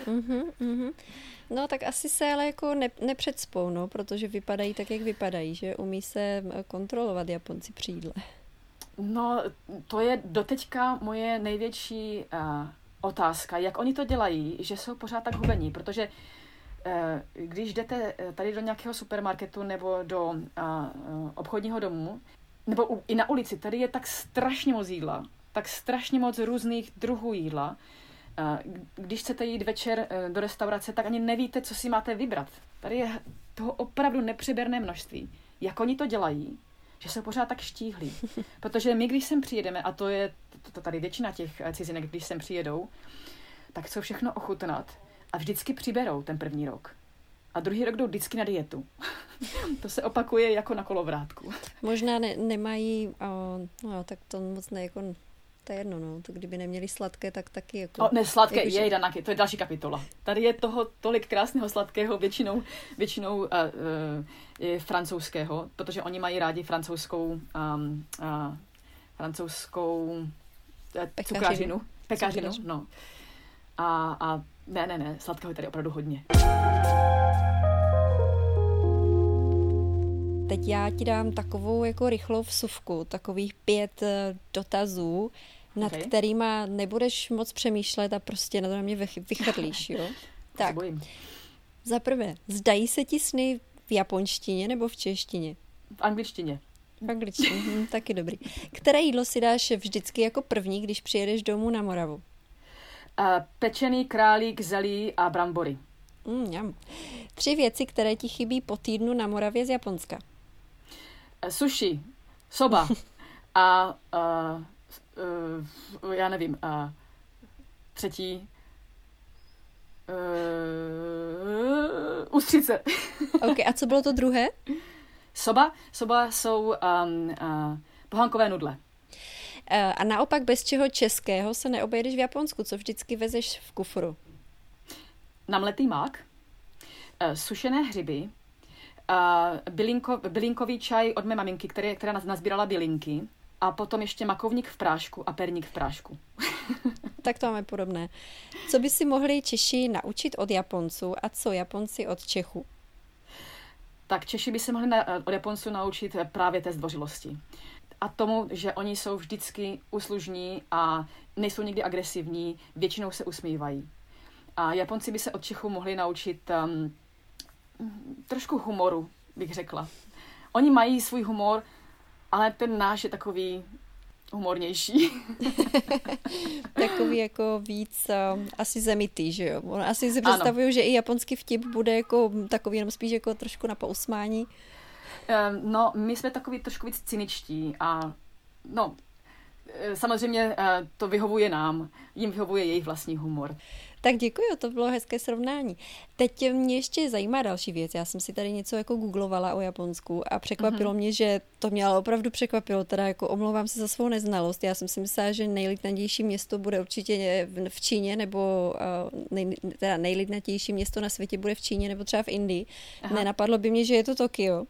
Speaker 1: No tak asi se ale jako nepředspou, no, protože vypadají tak, jak vypadají, že umí se kontrolovat Japonci při jídle.
Speaker 2: No, to je doteďka moje největší otázka, jak oni to dělají, že jsou pořád tak hubení, protože když jdete tady do nějakého supermarketu nebo do obchodního domu, nebo i na ulici, tady je tak strašně moc jídla, tak strašně moc různých druhů jídla. Když chcete jít večer do restaurace, tak ani nevíte, co si máte vybrat. Tady je toho opravdu nepřeberné množství. Jak oni to dělají, že jsou pořád tak štíhlí. Protože my, když sem přijedeme, a to je to tady většina těch cizinek, když sem přijedou, tak chcou všechno ochutnat. a vždycky přiberou ten první rok. A druhý rok jdou vždycky na dietu. To se opakuje jako na kolovrátku.
Speaker 1: Možná nemají, no tak to moc ne, jako, to je jedno, no. To kdyby neměli sladké, tak taky jako...
Speaker 2: Ne, sladké,
Speaker 1: jako,
Speaker 2: to je další kapitola. Tady je toho tolik krásného sladkého, většinou je francouzského, protože oni mají rádi francouzskou cukrářinu. Pekařinu, no. A ne, sladkého je tady opravdu hodně.
Speaker 1: Teď já ti dám takovou jako rychlou vsuvku, takových 5 dotazů, nad kterýma nebudeš moc přemýšlet a prostě na to na mě vychrlíš, jo? Tak, za prvé, zdají se ti sny v japonštině nebo v češtině?
Speaker 2: V angličtině.
Speaker 1: V angličtině, taky dobrý. Které jídlo si dáš vždycky jako první, když přijedeš domů na Moravu?
Speaker 2: Pečený králík, zelí a brambory.
Speaker 1: 3 věci, které ti chybí po týdnu na Moravě z Japonska.
Speaker 2: Sushi, soba a já nevím, třetí ústřice.
Speaker 1: Ok, a co bylo to druhé?
Speaker 2: Soba jsou pohankové nudle.
Speaker 1: A naopak bez čeho českého se neobejdeš v Japonsku, co vždycky vezeš v kufru?
Speaker 2: Namletý mák, sušené hřiby, bylinkový čaj od mé maminky, která nazbírala bylinky, a potom ještě makovník v prášku a perník v prášku.
Speaker 1: Tak to máme podobné. Co by si mohli Češi naučit od Japonců a co Japonci od Čechů?
Speaker 2: Tak Češi by se mohli od Japonců naučit právě té zdvořilosti. A tomu, že oni jsou vždycky úslužní a nejsou nikdy agresivní, většinou se usmívají. A Japonci by se od Čechů mohli naučit trošku humoru, bych řekla. Oni mají svůj humor, ale ten náš je takový humornější.
Speaker 1: Takový jako víc asi zemitý, že jo? Asi si představuju, že i japonský vtip bude jako takový jenom spíš jako trošku na pousmání.
Speaker 2: No, my jsme takový trošku víc cyničtí a no, samozřejmě to vyhovuje nám, jim vyhovuje jejich vlastní humor.
Speaker 1: Tak děkuji, to bylo hezké srovnání. Teď mě ještě zajímá další věc. Já jsem si tady něco jako googlovala o Japonsku a překvapilo mě, že to mě ale opravdu překvapilo. Teda jako omlouvám se za svou neznalost. Já jsem si myslela, že nejlidnatější město bude určitě v Číně, nebo teda nejlidnatější město na světě bude v Číně, nebo třeba v Indii. Aha. Nenapadlo by mě, že je to Tokio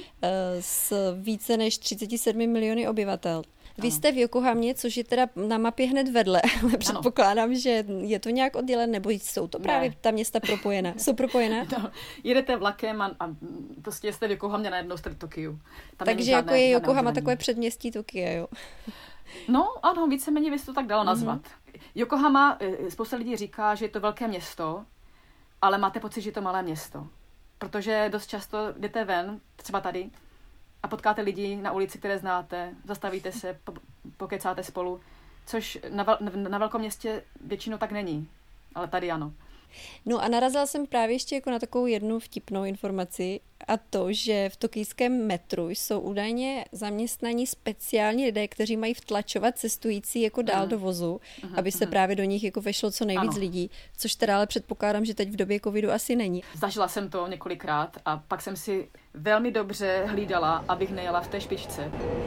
Speaker 1: s více než 37 miliony obyvatel. Vy jste v Yokohamě, což je teda na mapě hned vedle, ale předpokládám, že je to nějak oddělen, nebo jsou to právě ta města propojená? Jsou propojená?
Speaker 2: No, jedete vlakem a prostě jste v Yokohamě, najednou jste v Tokiu.
Speaker 1: Takže jako je Yokohama takové předměstí Tokia, jo?
Speaker 2: No ano, víceméně by se to tak dalo nazvat. Yokohama, spousta lidí říká, že je to velké město, ale máte pocit, že je to malé město. Protože dost často jdete ven, třeba tady, a potkáte lidi na ulici, které znáte, zastavíte se, pokecáte spolu, což na velkom městě většinou tak není, ale tady ano.
Speaker 1: No a narazila jsem právě ještě jako na takovou jednu vtipnou informaci, a to, že v tokijském metru jsou údajně zaměstnaní speciální lidé, kteří mají vtlačovat cestující jako dál do vozu, aby se právě do nich jako vešlo co nejvíc lidí, což teda ale předpokládám, že teď v době covidu asi není.
Speaker 2: Zažila jsem to několikrát a pak jsem si velmi dobře hlídala, abych nejela v té špičce.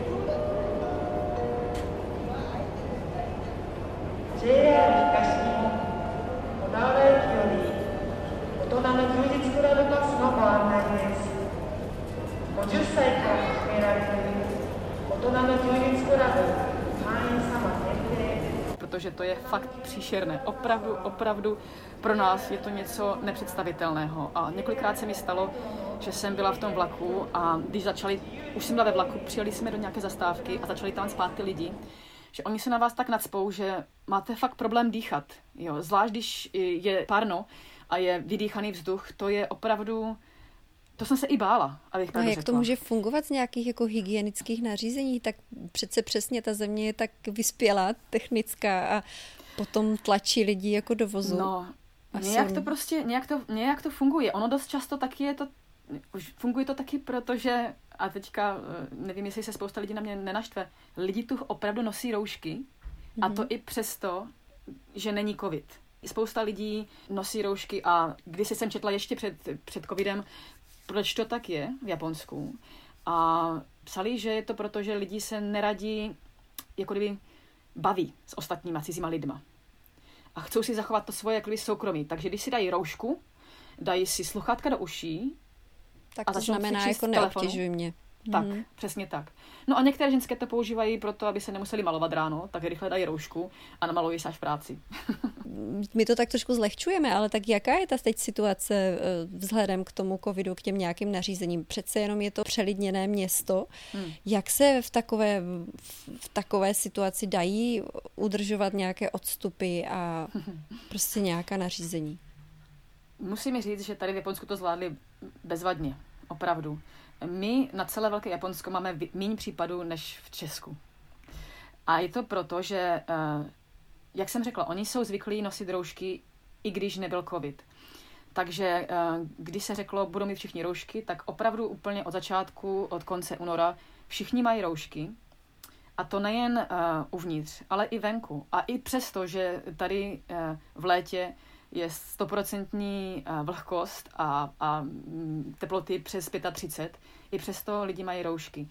Speaker 2: Protože to je fakt příšerné. Opravdu pro nás je to něco nepředstavitelného. A několikrát se mi stalo, že jsem byla v tom vlaku a když už jsem byla ve vlaku, přijeli jsme do nějaké zastávky a začali tam spát ty lidi, že oni se na vás tak nacpou, že máte fakt problém dýchat. Jo? Zvlášť, když je párno a je vydýchaný vzduch, to je opravdu... To jsem se i bála, abych pravdu řekla.
Speaker 1: Jak to může fungovat z nějakých jako hygienických nařízení? Tak přece přesně ta země je tak vyspělá, technická a potom tlačí lidi jako do vozu.
Speaker 2: No, nějak to funguje. Ono dost často taky je to... Funguje to taky, protože... A teďka nevím, jestli se spousta lidí na mě nenaštve. Lidi tu opravdu nosí roušky a to i přesto, že není covid. spousta lidí nosí roušky a když jsem četla ještě před covidem, proč to tak je v Japonsku. A psali, že je to proto, že lidi se neradí jako kdyby baví s ostatníma cizíma lidma. A chcou si zachovat to svoje jako soukromí. Takže když si dají roušku, dají si sluchátka do uší
Speaker 1: tak
Speaker 2: a
Speaker 1: to znamená jako neobtěžuj mě.
Speaker 2: Tak, přesně tak. No a některé ženské to používají proto, aby se nemuseli malovat ráno, tak rychle dají roušku a namalují se až v práci.
Speaker 1: My to tak trošku zlehčujeme, ale tak jaká je ta teď situace vzhledem k tomu covidu, k těm nějakým nařízením? Přece jenom je to přelidněné město. Jak se v takové situaci dají udržovat nějaké odstupy a prostě nějaká nařízení?
Speaker 2: Musím říct, že tady v Japonsku to zvládli bezvadně, opravdu. My na celé velké Japonsko máme méně případů než v Česku. A je to proto, že, jak jsem řekla, oni jsou zvyklí nosit roušky, i když nebyl covid. Takže když se řeklo, budou mít všichni roušky, tak opravdu úplně od začátku, od konce února, všichni mají roušky. A to nejen uvnitř, ale i venku. A i přesto, že tady v létě je 100% vlhkost a teploty přes 35, i přesto lidi mají roušky.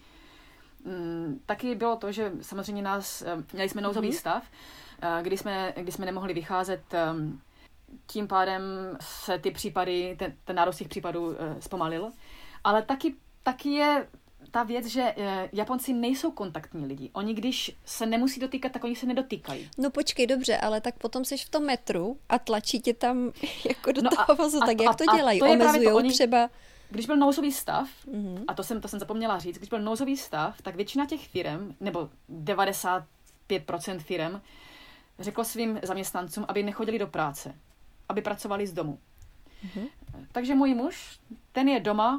Speaker 2: Taky bylo to, že samozřejmě měli jsme nouzový stav, kdy jsme nemohli vycházet, tím pádem se ty případy, ten nárůst těch případů zpomalil. Ale taky je ta věc, že Japonci nejsou kontaktní lidi. Oni, když se nemusí dotýkat, tak oni se nedotýkají.
Speaker 1: No počkej, dobře, ale tak potom jsi v tom metru a tlačí tě tam jako do toho vozu. Tak jak to dělají? Omezujou třeba...
Speaker 2: Když byl nouzový stav, a to jsem zapomněla říct, když byl nouzový stav, tak většina těch firem, nebo 95% firem, řeklo svým zaměstnancům, aby nechodili do práce, aby pracovali z domu. Takže můj muž, ten je doma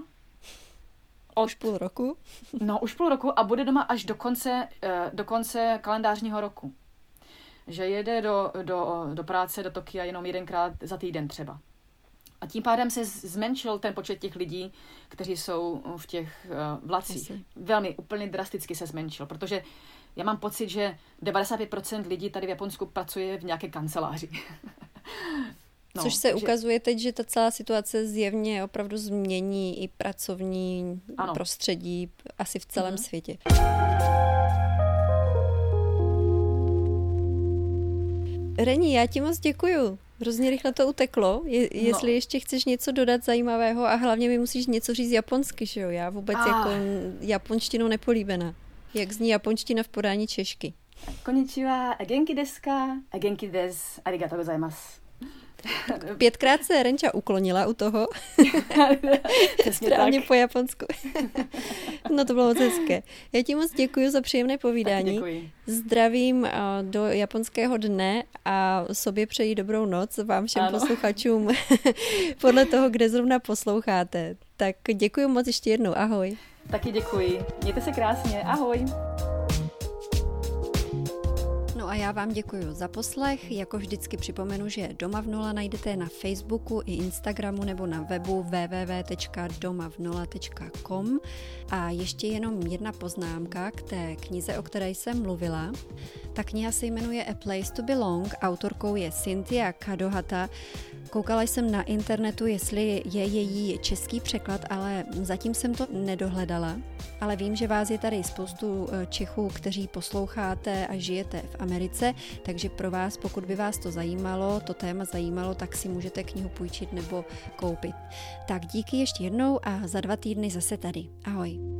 Speaker 1: už půl roku?
Speaker 2: No, už půl roku a bude doma až do konce kalendářního roku. Že jede do práce, do Tokia jenom 1krát za týden třeba. A tím pádem se zmenšil ten počet těch lidí, kteří jsou v těch vlacích. Velmi, úplně drasticky se zmenšil, protože já mám pocit, že 95% lidí tady v Japonsku pracuje v nějaké kanceláři.
Speaker 1: No, což se ukazuje teď, že ta celá situace zjevně opravdu změní i pracovní prostředí asi v celém světě. Reni, já ti moc děkuju. Hrozně rychle to uteklo. Jestli ještě chceš něco dodat zajímavého a hlavně mi musíš něco říct japonsky, že jo? Já vůbec jako japonštinou nepolíbená. Jak zní japonština v podání češky?
Speaker 2: Konnichiwa, genki desu ka? Genki desu, arigatou gozaimasu.
Speaker 1: 5krát se Renča uklonila u toho. Správně po japonsku. No to bylo moc hezké. Já ti moc děkuji za příjemné povídání. Zdravím do japonského dne a sobě přeji dobrou noc vám všem posluchačům podle toho, kde zrovna posloucháte. Tak děkuji moc ještě jednou. Ahoj.
Speaker 2: Taky děkuji. Mějte se krásně. Ahoj.
Speaker 1: No a já vám děkuji za poslech. Jako vždycky připomenu, že Doma v nula najdete na Facebooku i Instagramu nebo na webu www.domavnula.com. A ještě jenom jedna poznámka k té knize, o které jsem mluvila. Ta kniha se jmenuje A Place to Belong, autorkou je Cynthia Kadohata. Koukala jsem na internetu, jestli je její český překlad, ale zatím jsem to nedohledala. Ale vím, že vás je tady spoustu Čechů, kteří posloucháte a žijete v Americe, takže pro vás, pokud by vás to zajímalo, to téma zajímalo, tak si můžete knihu půjčit nebo koupit. Tak díky ještě jednou a za 2 týdny zase tady. Ahoj.